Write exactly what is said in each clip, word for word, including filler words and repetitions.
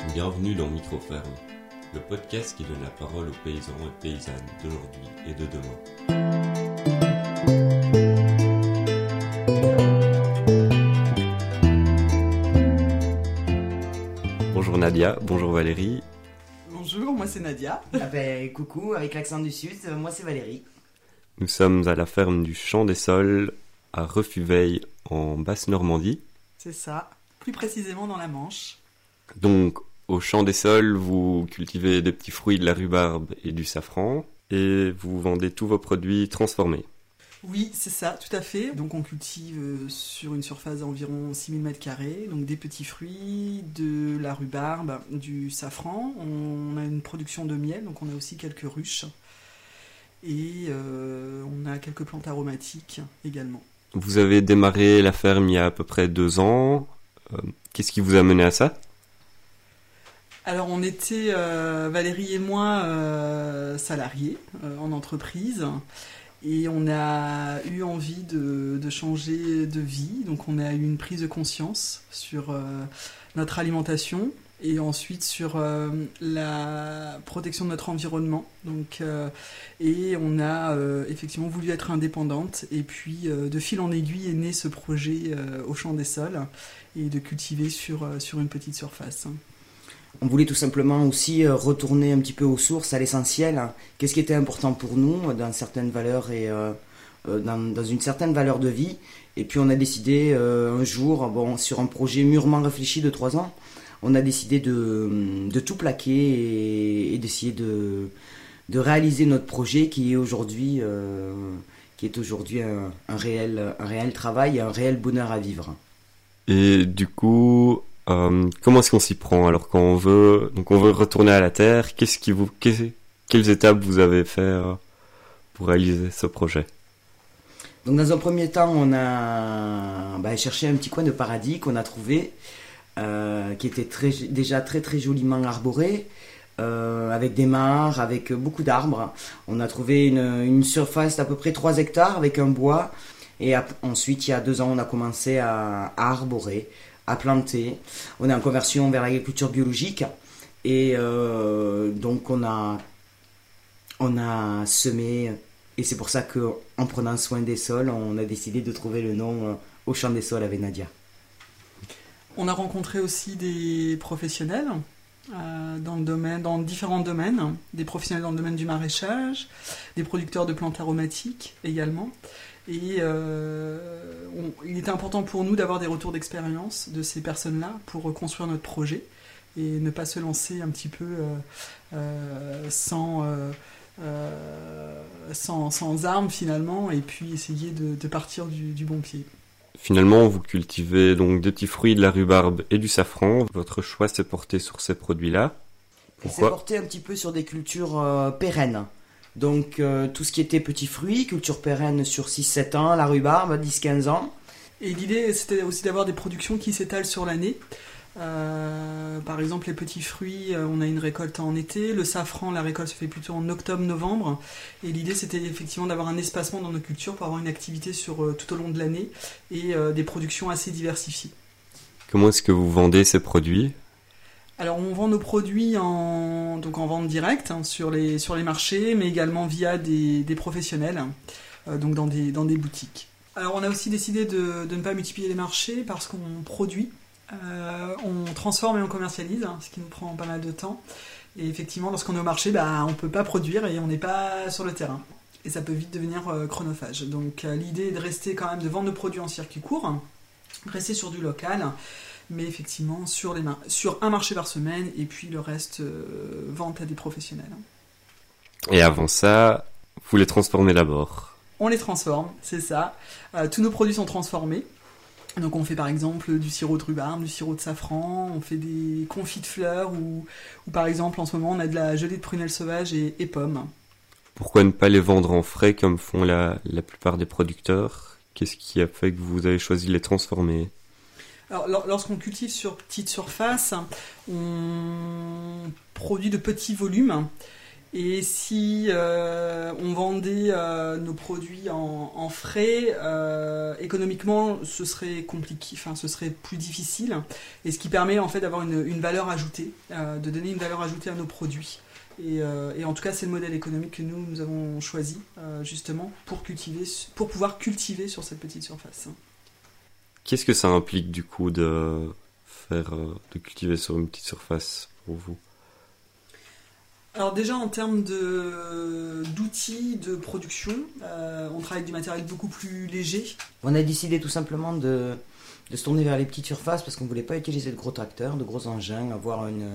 Bienvenue dans Microferme, le podcast qui donne la parole aux paysans et paysannes d'aujourd'hui et de demain. Bonjour Nadia, bonjour Valérie. Bonjour, moi c'est Nadia. Ah ben, coucou, avec l'accent du sud, moi c'est Valérie. Nous sommes à la ferme du Champ des Sols, à Refuveil, en Basse-Normandie. C'est ça, plus précisément dans la Manche. Donc, au Champ des Sols, vous cultivez des petits fruits, de la rhubarbe et du safran, et vous vendez tous vos produits transformés. Oui, c'est ça, tout à fait. Donc on cultive sur une surface d'environ six mille mètres carrés, donc des petits fruits, de la rhubarbe, du safran. On a une production de miel, donc on a aussi quelques ruches. Et euh, on a quelques plantes aromatiques également. Vous avez démarré la ferme il y a à peu près deux ans. Euh, qu'est-ce qui vous a mené à ça ? Alors on était, euh, Valérie et moi, euh, salariés euh, en entreprise. Et on a eu envie de, de changer de vie. Donc on a eu une prise de conscience sur euh, notre alimentation et ensuite sur euh, la protection de notre environnement. Donc, euh, et on a euh, effectivement voulu être indépendante. Et puis euh, de fil en aiguille est né ce projet euh, au Champ des Sols et de cultiver sur, euh, sur une petite surface. On voulait tout simplement aussi retourner un petit peu aux sources, à l'essentiel. Qu'est-ce qui était important pour nous dans certaines valeurs et euh, dans, dans une certaine valeur de vie. Et puis on a décidé euh, un jour, bon, sur un projet mûrement réfléchi de trois ans, on a décidé de, de tout plaquer et, et d'essayer de, de réaliser notre projet qui est aujourd'hui, euh, qui est aujourd'hui un, un, réel, un réel travail et un réel bonheur à vivre. Et du coup... Euh, comment est-ce qu'on s'y prend alors quand on veut donc on veut retourner à la terre? Qu'est-ce qui vous qu'est-ce, quelles étapes vous avez fait euh, pour réaliser ce projet? Donc dans un premier temps, on a bah, cherché un petit coin de paradis qu'on a trouvé, euh, qui était très, déjà très très joliment arboré, euh, avec des mares, avec beaucoup d'arbres. On a trouvé une, une surface d'à peu près trois hectares avec un bois. Et ap- ensuite, il y a deux ans, on a commencé à, à arborer, à planter. On est en conversion vers l'agriculture biologique et euh, donc on a, on a semé et c'est pour ça qu'en prenant soin des sols, on a décidé de trouver le nom euh, au Champ des Sols avec Nadia. On a rencontré aussi des professionnels euh, dans le domaine, dans différents domaines, des professionnels dans le domaine du maraîchage, des producteurs de plantes aromatiques également. Et euh, on, il était important pour nous d'avoir des retours d'expérience de ces personnes-là pour construire notre projet et ne pas se lancer un petit peu euh, euh, sans, euh, euh, sans, sans armes finalement et puis essayer de, de partir du, du bon pied. Finalement, vous cultivez donc des petits fruits, de la rhubarbe et du safran. Votre choix s'est porté sur ces produits-là. Pourquoi ? Il s'est porté un petit peu sur des cultures euh, pérennes. Donc euh, tout ce qui était petits fruits, culture pérenne sur six sept ans, la rhubarbe dix quinze ans. Et l'idée c'était aussi d'avoir des productions qui s'étalent sur l'année. Euh, par exemple les petits fruits, euh, on a une récolte en été, le safran, la récolte se fait plutôt en octobre-novembre. Et l'idée c'était effectivement d'avoir un espacement dans nos cultures pour avoir une activité sur, euh, tout au long de l'année et euh, des productions assez diversifiées. Comment est-ce que vous vendez ces produits ? Alors on vend nos produits en, donc en vente directe hein, sur, les, sur les marchés, mais également via des, des professionnels, euh, donc dans des, dans des boutiques. Alors on a aussi décidé de, de ne pas multiplier les marchés parce qu'on produit, euh, on transforme et on commercialise, hein, ce qui nous prend pas mal de temps. Et effectivement, lorsqu'on est au marché, bah, on ne peut pas produire et on n'est pas sur le terrain. Et ça peut vite devenir euh, chronophage. Donc euh, l'idée est de rester quand même, de vendre nos produits en circuit court, rester sur du local, mais effectivement sur, les mar- sur un marché par semaine et puis le reste euh, vente à des professionnels. Et avant ça, vous les transformez d'abord. On les transforme, c'est ça. Euh, tous nos produits sont transformés. Donc on fait par exemple du sirop de rhubarbe, du sirop de safran, on fait des confits de fleurs ou, ou par exemple en ce moment on a de la gelée de prunelle sauvage et, et pommes. Pourquoi ne pas les vendre en frais comme font la, la plupart des producteurs ? Qu'est-ce qui a fait que vous avez choisi de les transformer ? Alors, lorsqu'on cultive sur petite surface, on produit de petits volumes Et si euh, on vendait euh, nos produits en, en frais, euh, économiquement, ce serait compliqué, enfin, ce serait plus difficile. Et ce qui permet en fait d'avoir une, une valeur ajoutée, euh, de donner une valeur ajoutée à nos produits. Et, euh, et en tout cas, c'est le modèle économique que nous, nous avons choisi euh, justement pour cultiver, pour pouvoir cultiver sur cette petite surface. Qu'est-ce que ça implique du coup de faire, euh, de cultiver sur une petite surface pour vous? Alors déjà en termes de, d'outils de production, euh, on travaille avec du matériel beaucoup plus léger. On a décidé tout simplement de, de se tourner vers les petites surfaces parce qu'on ne voulait pas utiliser de gros tracteurs, de gros engins, avoir, une,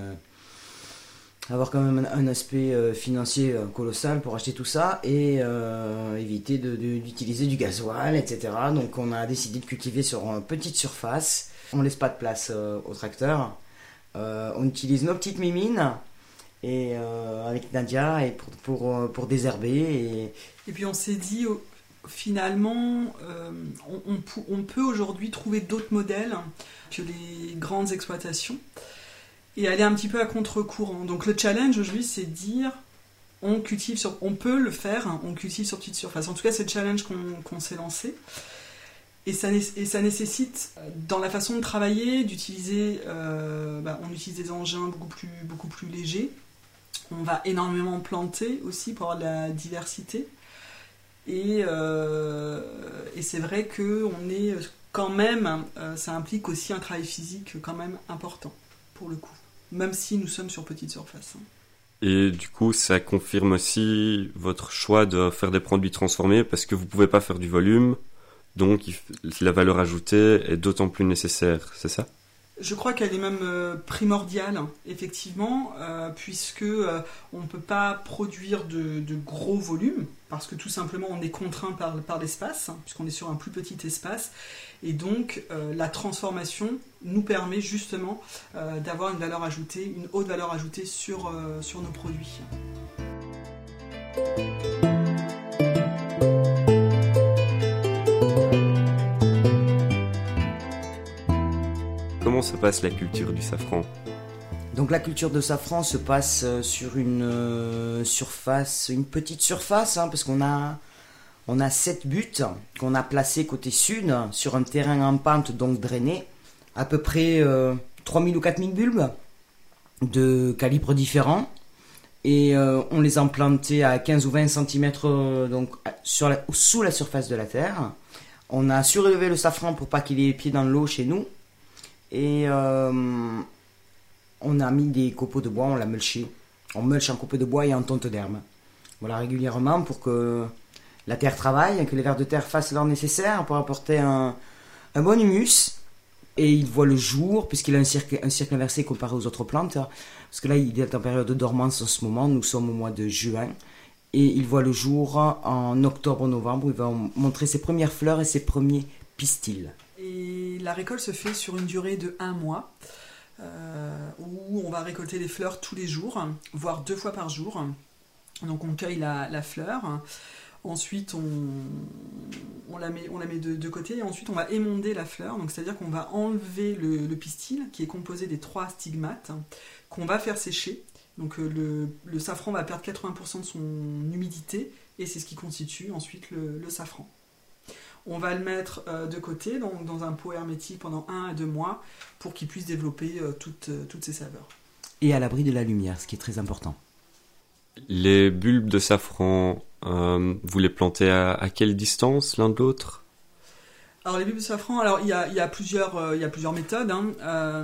avoir quand même un, un aspect euh, financier euh, colossal pour acheter tout ça et euh, éviter de, de, d'utiliser du gasoil, et cetera. Donc on a décidé de cultiver sur une petite surface. On ne laisse pas de place euh, au tracteur. Euh, on utilise nos petites mimines. Et euh, avec Nadia et pour, pour, pour désherber. Et... et puis on s'est dit, oh, finalement, euh, on, on, on peut aujourd'hui trouver d'autres modèles que les grandes exploitations et aller un petit peu à contre-courant. Donc le challenge aujourd'hui, c'est de dire, on cultive sur, on peut le faire, hein, on cultive sur petite surface. En tout cas, c'est le challenge qu'on, qu'on s'est lancé. Et ça, et ça nécessite, dans la façon de travailler, d'utiliser, euh, bah, on utilise des engins beaucoup plus, beaucoup plus légers. On va énormément planter aussi pour avoir de la diversité. Et, euh, et c'est vrai qu'on est quand même, euh, ça implique aussi un travail physique quand même important, pour le coup. Même si nous sommes sur petite surface. Et du coup, ça confirme aussi votre choix de faire des produits transformés parce que vous ne pouvez pas faire du volume. Donc la valeur ajoutée est d'autant plus nécessaire, c'est ça ? Je crois qu'elle est même euh, primordiale, effectivement, euh, puisque euh, on ne peut pas produire de, de gros volumes, parce que tout simplement on est contraint par, par l'espace, hein, puisqu'on est sur un plus petit espace, et donc euh, la transformation nous permet justement euh, d'avoir une valeur ajoutée, une haute valeur ajoutée sur, euh, sur nos produits. Comment se passe la culture du safran ? Donc la culture de safran se passe sur une euh, surface, une petite surface, hein, parce qu'on a, on a sept buts qu'on a placés côté sud, sur un terrain en pente, donc drainé, à peu près euh, trois mille ou quatre mille bulbes, de calibres différents, et euh, on les a plantés à quinze ou vingt centimètres euh, donc, sur la, sous la surface de la terre. On a surélevé le safran pour pas qu'il ait les pieds dans l'eau chez nous. Et euh, on a mis des copeaux de bois, on l'a mulché. On mulche en copeaux de bois et en tonte d'herbe. Voilà, régulièrement pour que la terre travaille, que les vers de terre fassent leur nécessaire pour apporter un, un bon humus. Et il voit le jour, puisqu'il a un cercle, un cercle inversé comparé aux autres plantes. Parce que là, il est en période de dormance en ce moment, nous sommes au mois de juin. Et il voit le jour en octobre-novembre, où il va montrer ses premières fleurs et ses premiers pistils. Et la récolte se fait sur une durée de un mois, euh, où on va récolter les fleurs tous les jours, voire deux fois par jour. Donc on cueille la, la fleur, ensuite on, on la met, on la met de, de côté, et ensuite on va émonder la fleur, donc c'est-à-dire qu'on va enlever le, le pistil, qui est composé des trois stigmates, qu'on va faire sécher. Donc le, le safran va perdre quatre-vingts pour cent de son humidité, et c'est ce qui constitue ensuite le, le safran. On va le mettre euh, de côté, donc dans un pot hermétique pendant un à deux mois pour qu'il puisse développer euh, toutes, euh, toutes ses saveurs. Et à l'abri de la lumière, ce qui est très important. Les bulbes de safran, euh, vous les plantez à, à quelle distance l'un de l'autre ? Alors les bulbes de safran, alors il y a, il y a, plusieurs, euh, il y a plusieurs méthodes. Hein. Euh,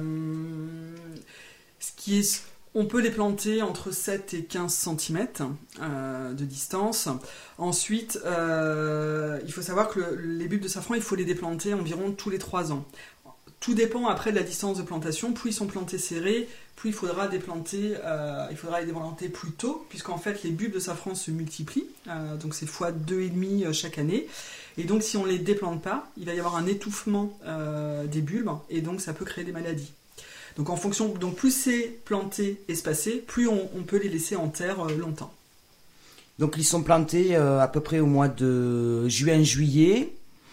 ce qui est... On peut les planter entre sept et quinze centimètres euh, de distance. Ensuite, euh, il faut savoir que le, les bulbes de safran, il faut les déplanter environ tous les trois ans. Tout dépend après de la distance de plantation. Plus ils sont plantés serrés, plus il faudra, déplanter, euh, il faudra les déplanter plus tôt, puisqu'en fait les bulbes de safran se multiplient. Euh, donc c'est fois deux virgule cinq chaque année. Et donc si on ne les déplante pas, il va y avoir un étouffement euh, des bulbes, et donc ça peut créer des maladies. Donc en fonction, donc plus c'est planté, espacé, plus on, on peut les laisser en terre euh, longtemps. Donc ils sont plantés euh, à peu près au mois de juin-juillet,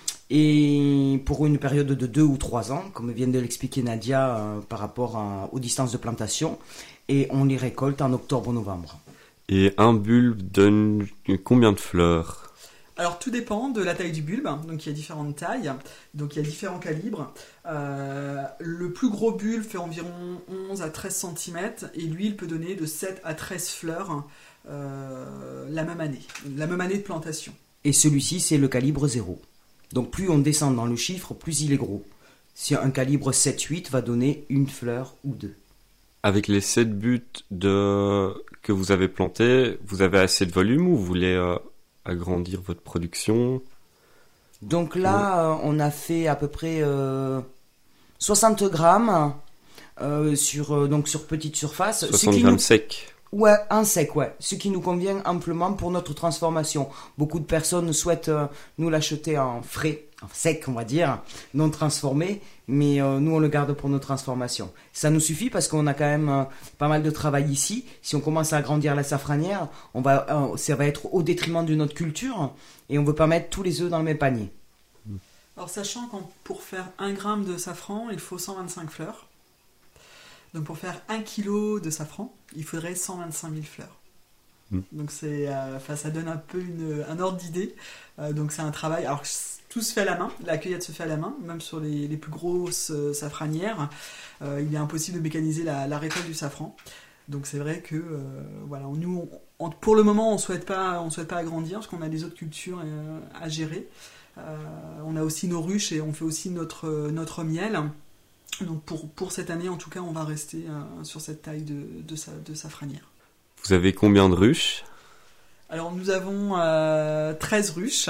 et pour une période de deux ou trois ans, comme vient de l'expliquer Nadia, euh, par rapport à, aux distances de plantation, et on les récolte en octobre-novembre. Et un bulbe donne combien de fleurs? Alors tout dépend de la taille du bulbe, donc il y a différentes tailles, donc il y a différents calibres. Euh, le plus gros bulbe fait environ onze à treize centimètres et lui il peut donner de sept à treize fleurs euh, la même année, la même année de plantation. Et celui-ci c'est le calibre zéro. Donc plus on descend dans le chiffre, plus il est gros. Si un calibre sept huit va donner une fleur ou deux. Avec les sept buts de... que vous avez plantés, vous avez assez de volume ou vous voulez euh, agrandir votre production? Donc là, euh, on a fait à peu près euh, soixante grammes euh, sur, euh, donc sur petite surface. soixante grammes nous... secs. Ouais, en sec, ouais. Ce qui nous convient amplement pour notre transformation. Beaucoup de personnes souhaitent euh, nous l'acheter en frais, en sec, on va dire, non transformé, mais euh, nous on le garde pour nos transformations. Ça nous suffit parce qu'on a quand même euh, pas mal de travail ici. Si on commence à agrandir la safranière, on va, euh, ça va être au détriment de notre culture et on veut pas mettre tous les œufs dans le même panier. Alors sachant que pour faire un gramme de safran, il faut cent vingt-cinq fleurs. Donc pour faire un kilo de safran, il faudrait cent vingt-cinq mille fleurs. Mmh. Donc c'est, euh, ça donne un peu une, un ordre d'idée. Euh, donc c'est un travail. Alors tout se fait à la main, la cueillette se fait à la main, même sur les, les plus grosses euh, safranières. Euh, il est impossible de mécaniser la, la récolte du safran. Donc c'est vrai que euh, voilà, nous, on, pour le moment, on souhaite pas, on souhaite pas agrandir parce qu'on a des autres cultures euh, à gérer. Euh, on a aussi nos ruches et on fait aussi notre notre miel. Donc pour, pour cette année, en tout cas, on va rester euh, sur cette taille de, de, sa, de safranière. Vous avez combien de ruches? Alors nous avons euh, treize ruches.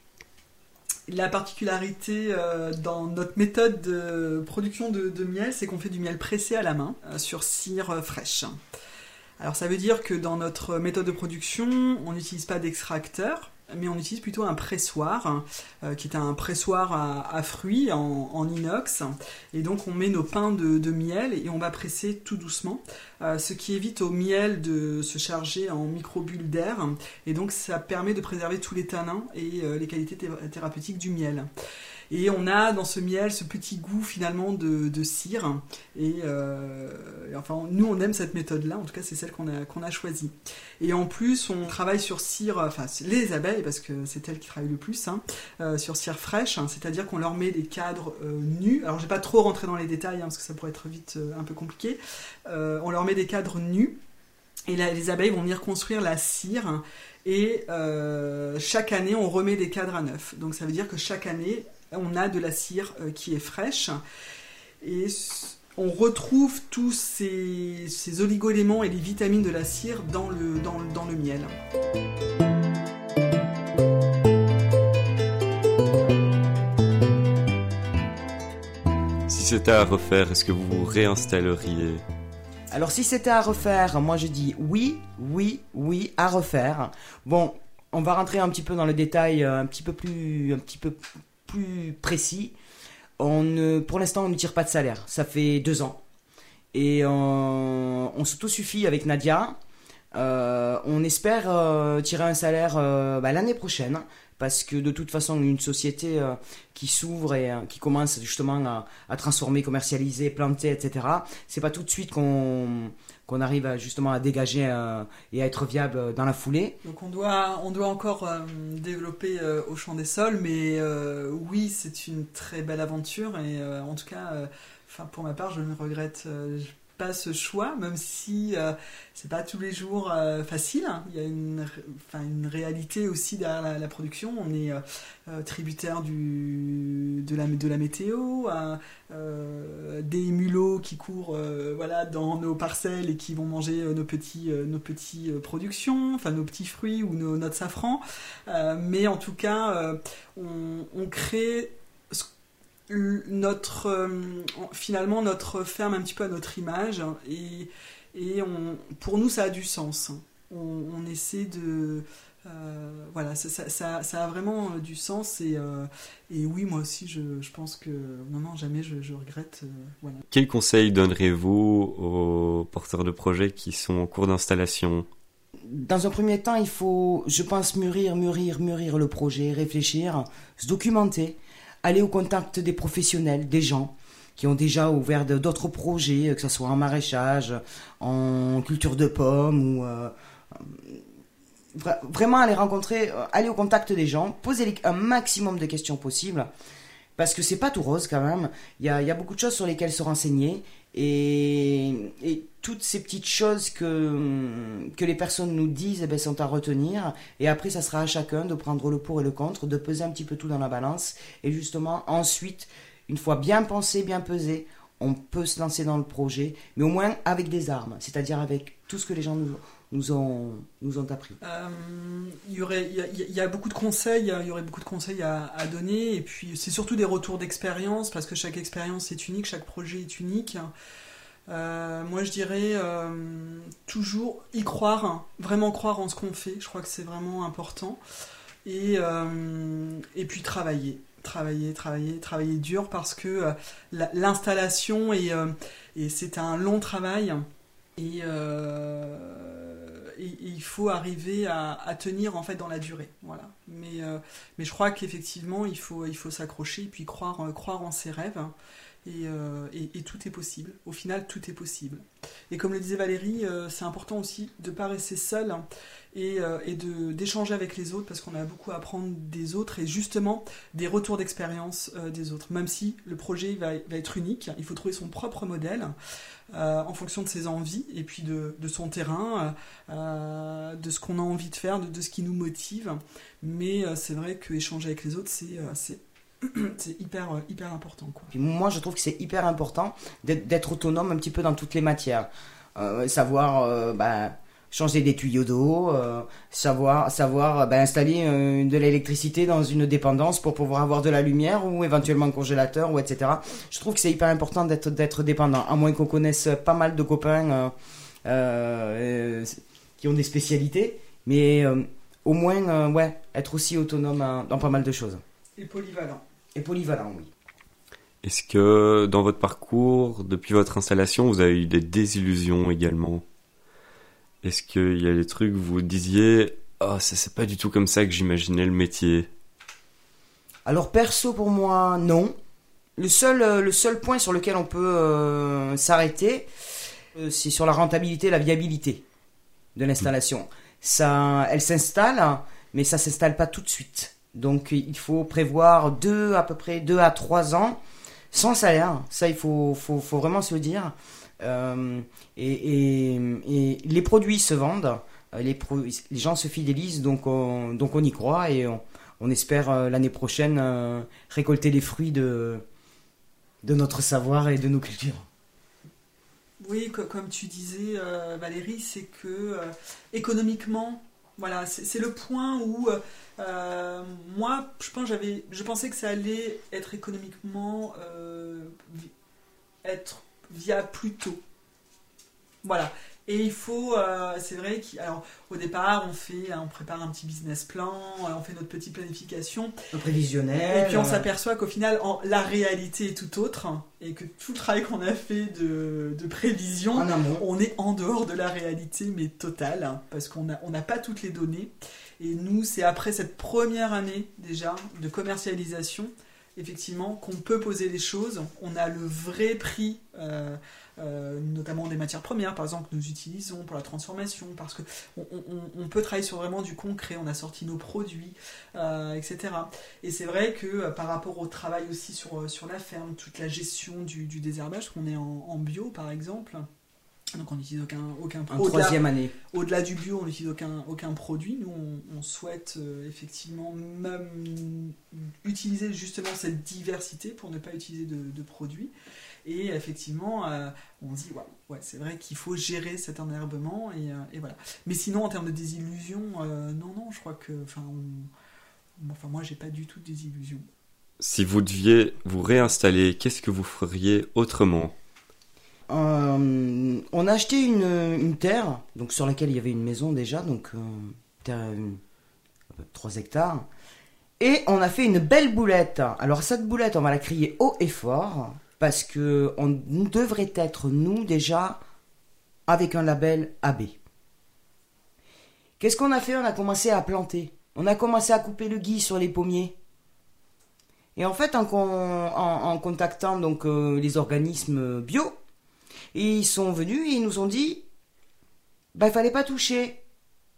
La particularité euh, dans notre méthode de production de, de miel, c'est qu'on fait du miel pressé à la main euh, sur cire euh, fraîche. Alors ça veut dire que dans notre méthode de production, on n'utilise pas d'extracteur, mais on utilise plutôt un pressoir, euh, qui est un pressoir à, à fruits en, en inox. Et donc on met nos pains de, de miel et on va presser tout doucement, euh, ce qui évite au miel de se charger en microbulles d'air. Et donc ça permet de préserver tous les tanins et euh, les qualités thé- thérapeutiques du miel. Et on a dans ce miel ce petit goût finalement de, de cire. Et, euh, et enfin, nous on aime cette méthode-là, en tout cas c'est celle qu'on a, qu'on a choisie. Et en plus on travaille sur cire, enfin les abeilles, parce que c'est elles qui travaillent le plus, hein, euh, sur cire fraîche, hein, c'est-à-dire qu'on leur met des cadres euh, nus. Alors je vais pas trop rentrer dans les détails, hein, parce que ça pourrait être vite euh, un peu compliqué. Euh, on leur met des cadres nus. Et là, les abeilles vont venir construire la cire et euh, chaque année on remet des cadres à neuf. Donc ça veut dire que chaque année on a de la cire euh, qui est fraîche et on retrouve tous ces, ces oligo-éléments et les vitamines de la cire dans le, dans, dans le miel. Si c'était à refaire, est-ce que vous vous réinstalleriez? Alors si c'était à refaire, moi je dis oui, oui, oui, à refaire. Bon, on va rentrer un petit peu dans le détail, un petit peu plus, un petit peu plus précis. On ne, pour l'instant, on ne tire pas de salaire. Ça fait deux ans. Et on, on s'autosuffit avec Nadia. Euh, on espère euh, tirer un salaire euh, bah, l'année prochaine. Parce que de toute façon, une société euh, qui s'ouvre et euh, qui commence justement à, à transformer, commercialiser, planter, et cetera, c'est pas tout de suite qu'on, qu'on arrive à, justement à dégager euh, et à être viable dans la foulée. Donc on doit, on doit encore euh, développer euh, au champ des sols, mais euh, oui, c'est une très belle aventure et euh, en tout cas, euh, pour ma part, je ne regrette euh, pas ce choix, même si euh, c'est pas tous les jours euh, facile. Il y a une, enfin, une réalité aussi derrière la, la production. On est euh, tributaire du, de, la, de la météo, euh, euh, des mulots qui courent euh, voilà, dans nos parcelles et qui vont manger euh, nos petits, euh, nos petits euh, productions, enfin nos petits fruits ou nos, notre safran. Euh, mais en tout cas, euh, on, on crée notre euh, finalement notre ferme un petit peu à notre image et, et on, pour nous ça a du sens. On, on essaie de euh, voilà ça, ça, ça, ça a vraiment du sens et, euh, et oui moi aussi je, je pense que non non jamais je, je regrette euh, voilà. Quel conseil donnerez-vous aux porteurs de projets qui sont en cours d'installation? Dans un premier temps, il faut, je pense, mûrir, mûrir, mûrir le projet, réfléchir, se documenter, aller au contact des professionnels, des gens qui ont déjà ouvert d'autres projets, que ce soit en maraîchage, en culture de pommes ou euh, vra- vraiment aller rencontrer, euh, aller au contact des gens, poser les- un maximum de questions possibles, parce que c'est pas tout rose quand même. Il y a, il y a beaucoup de choses sur lesquelles se renseigner, et, et toutes ces petites choses que, que les personnes nous disent, eh ben, sont à retenir, et après ça sera à chacun de prendre le pour et le contre, de peser un petit peu tout dans la balance, et justement ensuite, une fois bien pensé, bien pesé, on peut se lancer dans le projet, mais au moins avec des armes, c'est-à-dire avec tout ce que les gens nous, nous, ont, nous ont appris. Euh, Il y aurait, il y, a- il y a beaucoup de conseils, il y aurait beaucoup de conseils à, à donner, et puis c'est surtout des retours d'expérience, parce que chaque expérience est unique, chaque projet est unique. Euh, moi je dirais euh, toujours y croire, hein, vraiment croire en ce qu'on fait, je crois que c'est vraiment important, et, euh, et puis travailler. Travailler, travailler, travailler dur parce que euh, la- l'installation est, euh, et c'est un long travail et, euh, et- et il faut arriver à, à tenir en fait dans la durée. Voilà. Mais, euh, mais je crois qu'effectivement il faut, il faut s'accrocher et puis croire, euh, croire en ses rêves et, euh, et, et tout est possible. Au final, tout est possible. Et comme le disait Valérie, euh, c'est important aussi de ne pas rester seul et, euh, et de, d'échanger avec les autres parce qu'on a beaucoup à apprendre des autres et justement des retours d'expérience euh, des autres. Même si le projet va, va être unique, il faut trouver son propre modèle euh, en fonction de ses envies et puis de, de son terrain, euh, de ce qu'on a envie de faire, de, de ce qui nous motive. Mais euh, c'est vrai qu'échanger avec les autres, c'est, euh, c'est c'est hyper, euh, hyper important, quoi. Puis moi, je trouve que c'est hyper important d'être, d'être autonome un petit peu dans toutes les matières. Euh, savoir euh, bah, changer des tuyaux d'eau, euh, savoir, savoir bah, installer euh, de l'électricité dans une dépendance pour pouvoir avoir de la lumière ou éventuellement un congélateur, ou et cetera. Je trouve que c'est hyper important d'être, d'être dépendant, à moins qu'on connaisse pas mal de copains euh, euh, qui ont des spécialités, mais euh, au moins euh, ouais, être aussi autonome hein, dans pas mal de choses. Et polyvalent. Et polyvalent, oui. Est-ce que dans votre parcours, depuis votre installation, vous avez eu des désillusions également? Est-ce qu'il y a des trucs où vous disiez « Ah, ça c'est pas du tout comme ça que j'imaginais le métier ». Alors perso pour moi, non. Le seul, euh, le seul point sur lequel on peut euh, s'arrêter, euh, c'est sur la rentabilité, la viabilité de l'installation. Ça, elle s'installe, mais ça s'installe pas tout de suite. Donc il faut prévoir deux, à peu près deux à trois ans sans salaire. Ça, il faut, faut, faut vraiment se le dire. Euh, et, et, et les produits se vendent, les, pro, les gens se fidélisent, donc on, donc on y croit et on, on espère euh, l'année prochaine euh, récolter les fruits de, de notre savoir et de nos cultures. Oui, co- comme tu disais, euh, Valérie, c'est que euh, économiquement, voilà, c'est, c'est le point où euh, moi, je pense, j'avais, je pensais que ça allait être économiquement euh, vi- être viable plus tôt. Voilà. Et il faut, euh, c'est vrai qu'au départ, on fait, on prépare un petit business plan, on fait notre petite planification. Le prévisionnel. Et puis on euh, s'aperçoit qu'au final, en, la réalité est tout autre et que tout le travail qu'on a fait de, de prévision, en amont. on est en dehors de la réalité, mais totale, hein, parce qu'on n'a on n'a pas toutes les données. Et nous, c'est après cette première année déjà de commercialisation, effectivement, qu'on peut poser les choses. On a le vrai prix, euh, euh, notamment des matières premières, par exemple, que nous utilisons pour la transformation, parce qu'on on, on, on peut travailler sur vraiment du concret. On a sorti nos produits, euh, et cetera. Et c'est vrai que euh, par rapport au travail aussi sur, sur la ferme, toute la gestion du, du désherbage, qu'on est en, en bio, par exemple. Donc on n'utilise aucun, aucun En au-delà, troisième année. au-delà du bio, on n'utilise aucun, aucun produit. Nous, on, on souhaite euh, effectivement même utiliser justement cette diversité pour ne pas utiliser de, de produits. Et effectivement, euh, on se dit, ouais, ouais, c'est vrai qu'il faut gérer cet enherbement. Et, euh, et voilà. Mais sinon, en termes de désillusion, euh, non, non, je crois que... Enfin, on, enfin moi, j'ai pas du tout de désillusion. Si vous deviez vous réinstaller, qu'est-ce que vous feriez autrement? Euh, on a acheté une, une terre donc sur laquelle il y avait une maison déjà, donc euh, terre, euh, trois hectares, et on a fait une belle boulette. Alors cette boulette, on va la crier haut et fort parce que on devrait être nous déjà avec un label A B. Qu'est-ce qu'on a fait? On a commencé à planter, on a commencé à couper le gui sur les pommiers. Et en fait, en, en, en contactant donc euh, les organismes bio, et ils sont venus et ils nous ont dit, bah il fallait pas toucher.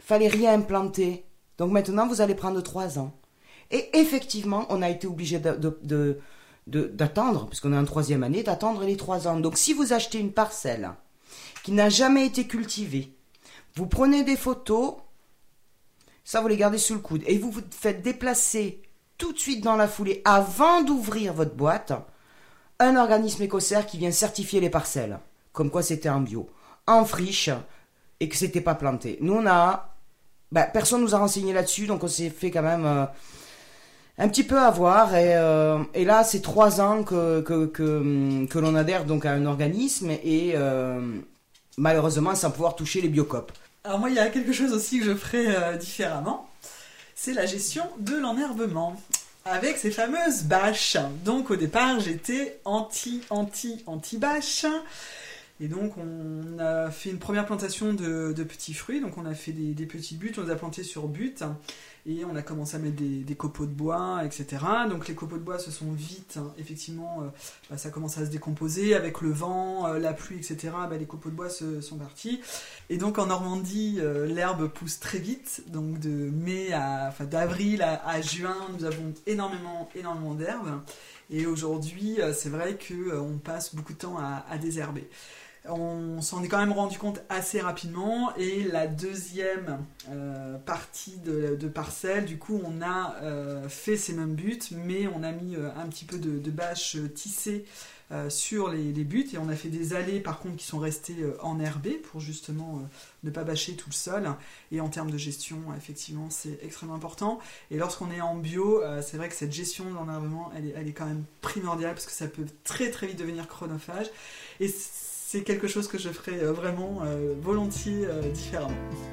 fallait rien planter. Donc maintenant, vous allez prendre trois ans. Et effectivement, on a été obligé de, de, de, de, d'attendre, puisqu'on est en troisième année, d'attendre les trois ans. Donc si vous achetez une parcelle qui n'a jamais été cultivée, vous prenez des photos, ça vous les gardez sous le coude, et vous vous faites déplacer tout de suite dans la foulée, avant d'ouvrir votre boîte, un organisme écossaire qui vient certifier les parcelles, comme quoi c'était en bio, en friche, et que c'était pas planté. Nous, on a... Ben, personne nous a renseigné là-dessus, donc on s'est fait quand même euh, un petit peu avoir, et, euh, et là, c'est trois ans que, que, que, que l'on adhère donc à un organisme, et euh, malheureusement, sans pouvoir toucher les biocopes. Alors moi, il y a quelque chose aussi que je ferai euh, différemment, c'est la gestion de l'enherbement, avec ces fameuses bâches. Donc au départ, j'étais anti, anti, anti-bâches, et donc on a fait une première plantation de, de petits fruits, donc on a fait des, des petits buttes, on les a plantés sur butte, et on a commencé à mettre des, des copeaux de bois, et cetera. Donc les copeaux de bois se sont vite, hein, effectivement, euh, bah, ça commence à se décomposer avec le vent, euh, la pluie, et cetera. Bah, les copeaux de bois se, sont partis. Et donc en Normandie, euh, l'herbe pousse très vite. Donc de mai à, enfin d'avril à, à juin, nous avons énormément, énormément d'herbes. Et aujourd'hui, euh, c'est vrai que euh, on passe beaucoup de temps à, à désherber. On s'en est quand même rendu compte assez rapidement, et la deuxième euh, partie de, de parcelle, du coup on a euh, fait ces mêmes buts, mais on a mis euh, un petit peu de, de bâches tissées euh, sur les, les buts, et on a fait des allées par contre qui sont restées euh, enherbées pour justement euh, ne pas bâcher tout le sol. Et en termes de gestion, effectivement c'est extrêmement important, et lorsqu'on est en bio, euh, c'est vrai que cette gestion de l'enherbement elle est, elle est quand même primordiale, parce que ça peut très très vite devenir chronophage, et c'est quelque chose que je ferai vraiment euh, volontiers euh, différemment.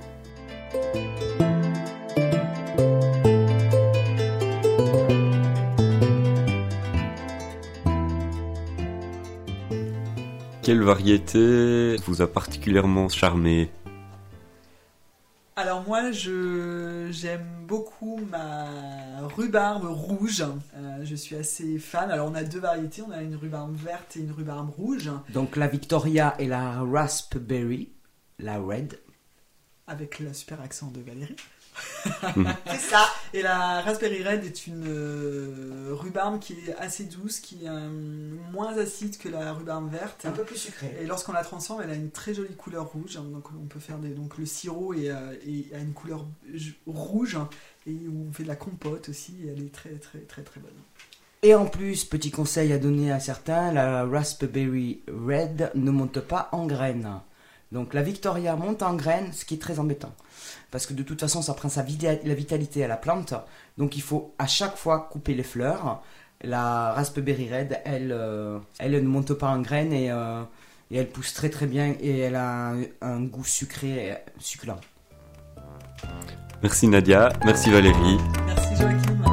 Quelle variété vous a particulièrement charmé ? Alors moi, je, j'aime beaucoup ma rhubarbe rouge. Euh, je suis assez fan. Alors on a deux variétés. On a une rhubarbe verte et une rhubarbe rouge. Donc la Victoria et la Raspberry, la Red. Avec le super accent de Valérie. C'est ça. Et la Raspberry Red est une euh, rhubarbe qui est assez douce, qui est euh, moins acide que la rhubarbe verte. Un peu plus sucrée. Et lorsqu'on la transforme, elle a une très jolie couleur rouge. Donc on peut faire des, donc le sirop et, euh, et a une couleur rouge, et on fait de la compote aussi. Et elle est très très très très bonne. Et en plus, petit conseil à donner à certains, la Raspberry Red ne monte pas en graines. Donc la Victoria monte en graines, ce qui est très embêtant. Parce que de toute façon, ça prend sa vita- la vitalité à la plante. Donc il faut à chaque fois couper les fleurs. La Raspberry Red, elle, euh, elle ne monte pas en graines, et, euh, et elle pousse très très bien, et elle a un, un goût sucré et succulent. Merci Nadia, merci Valérie. Merci Joachim.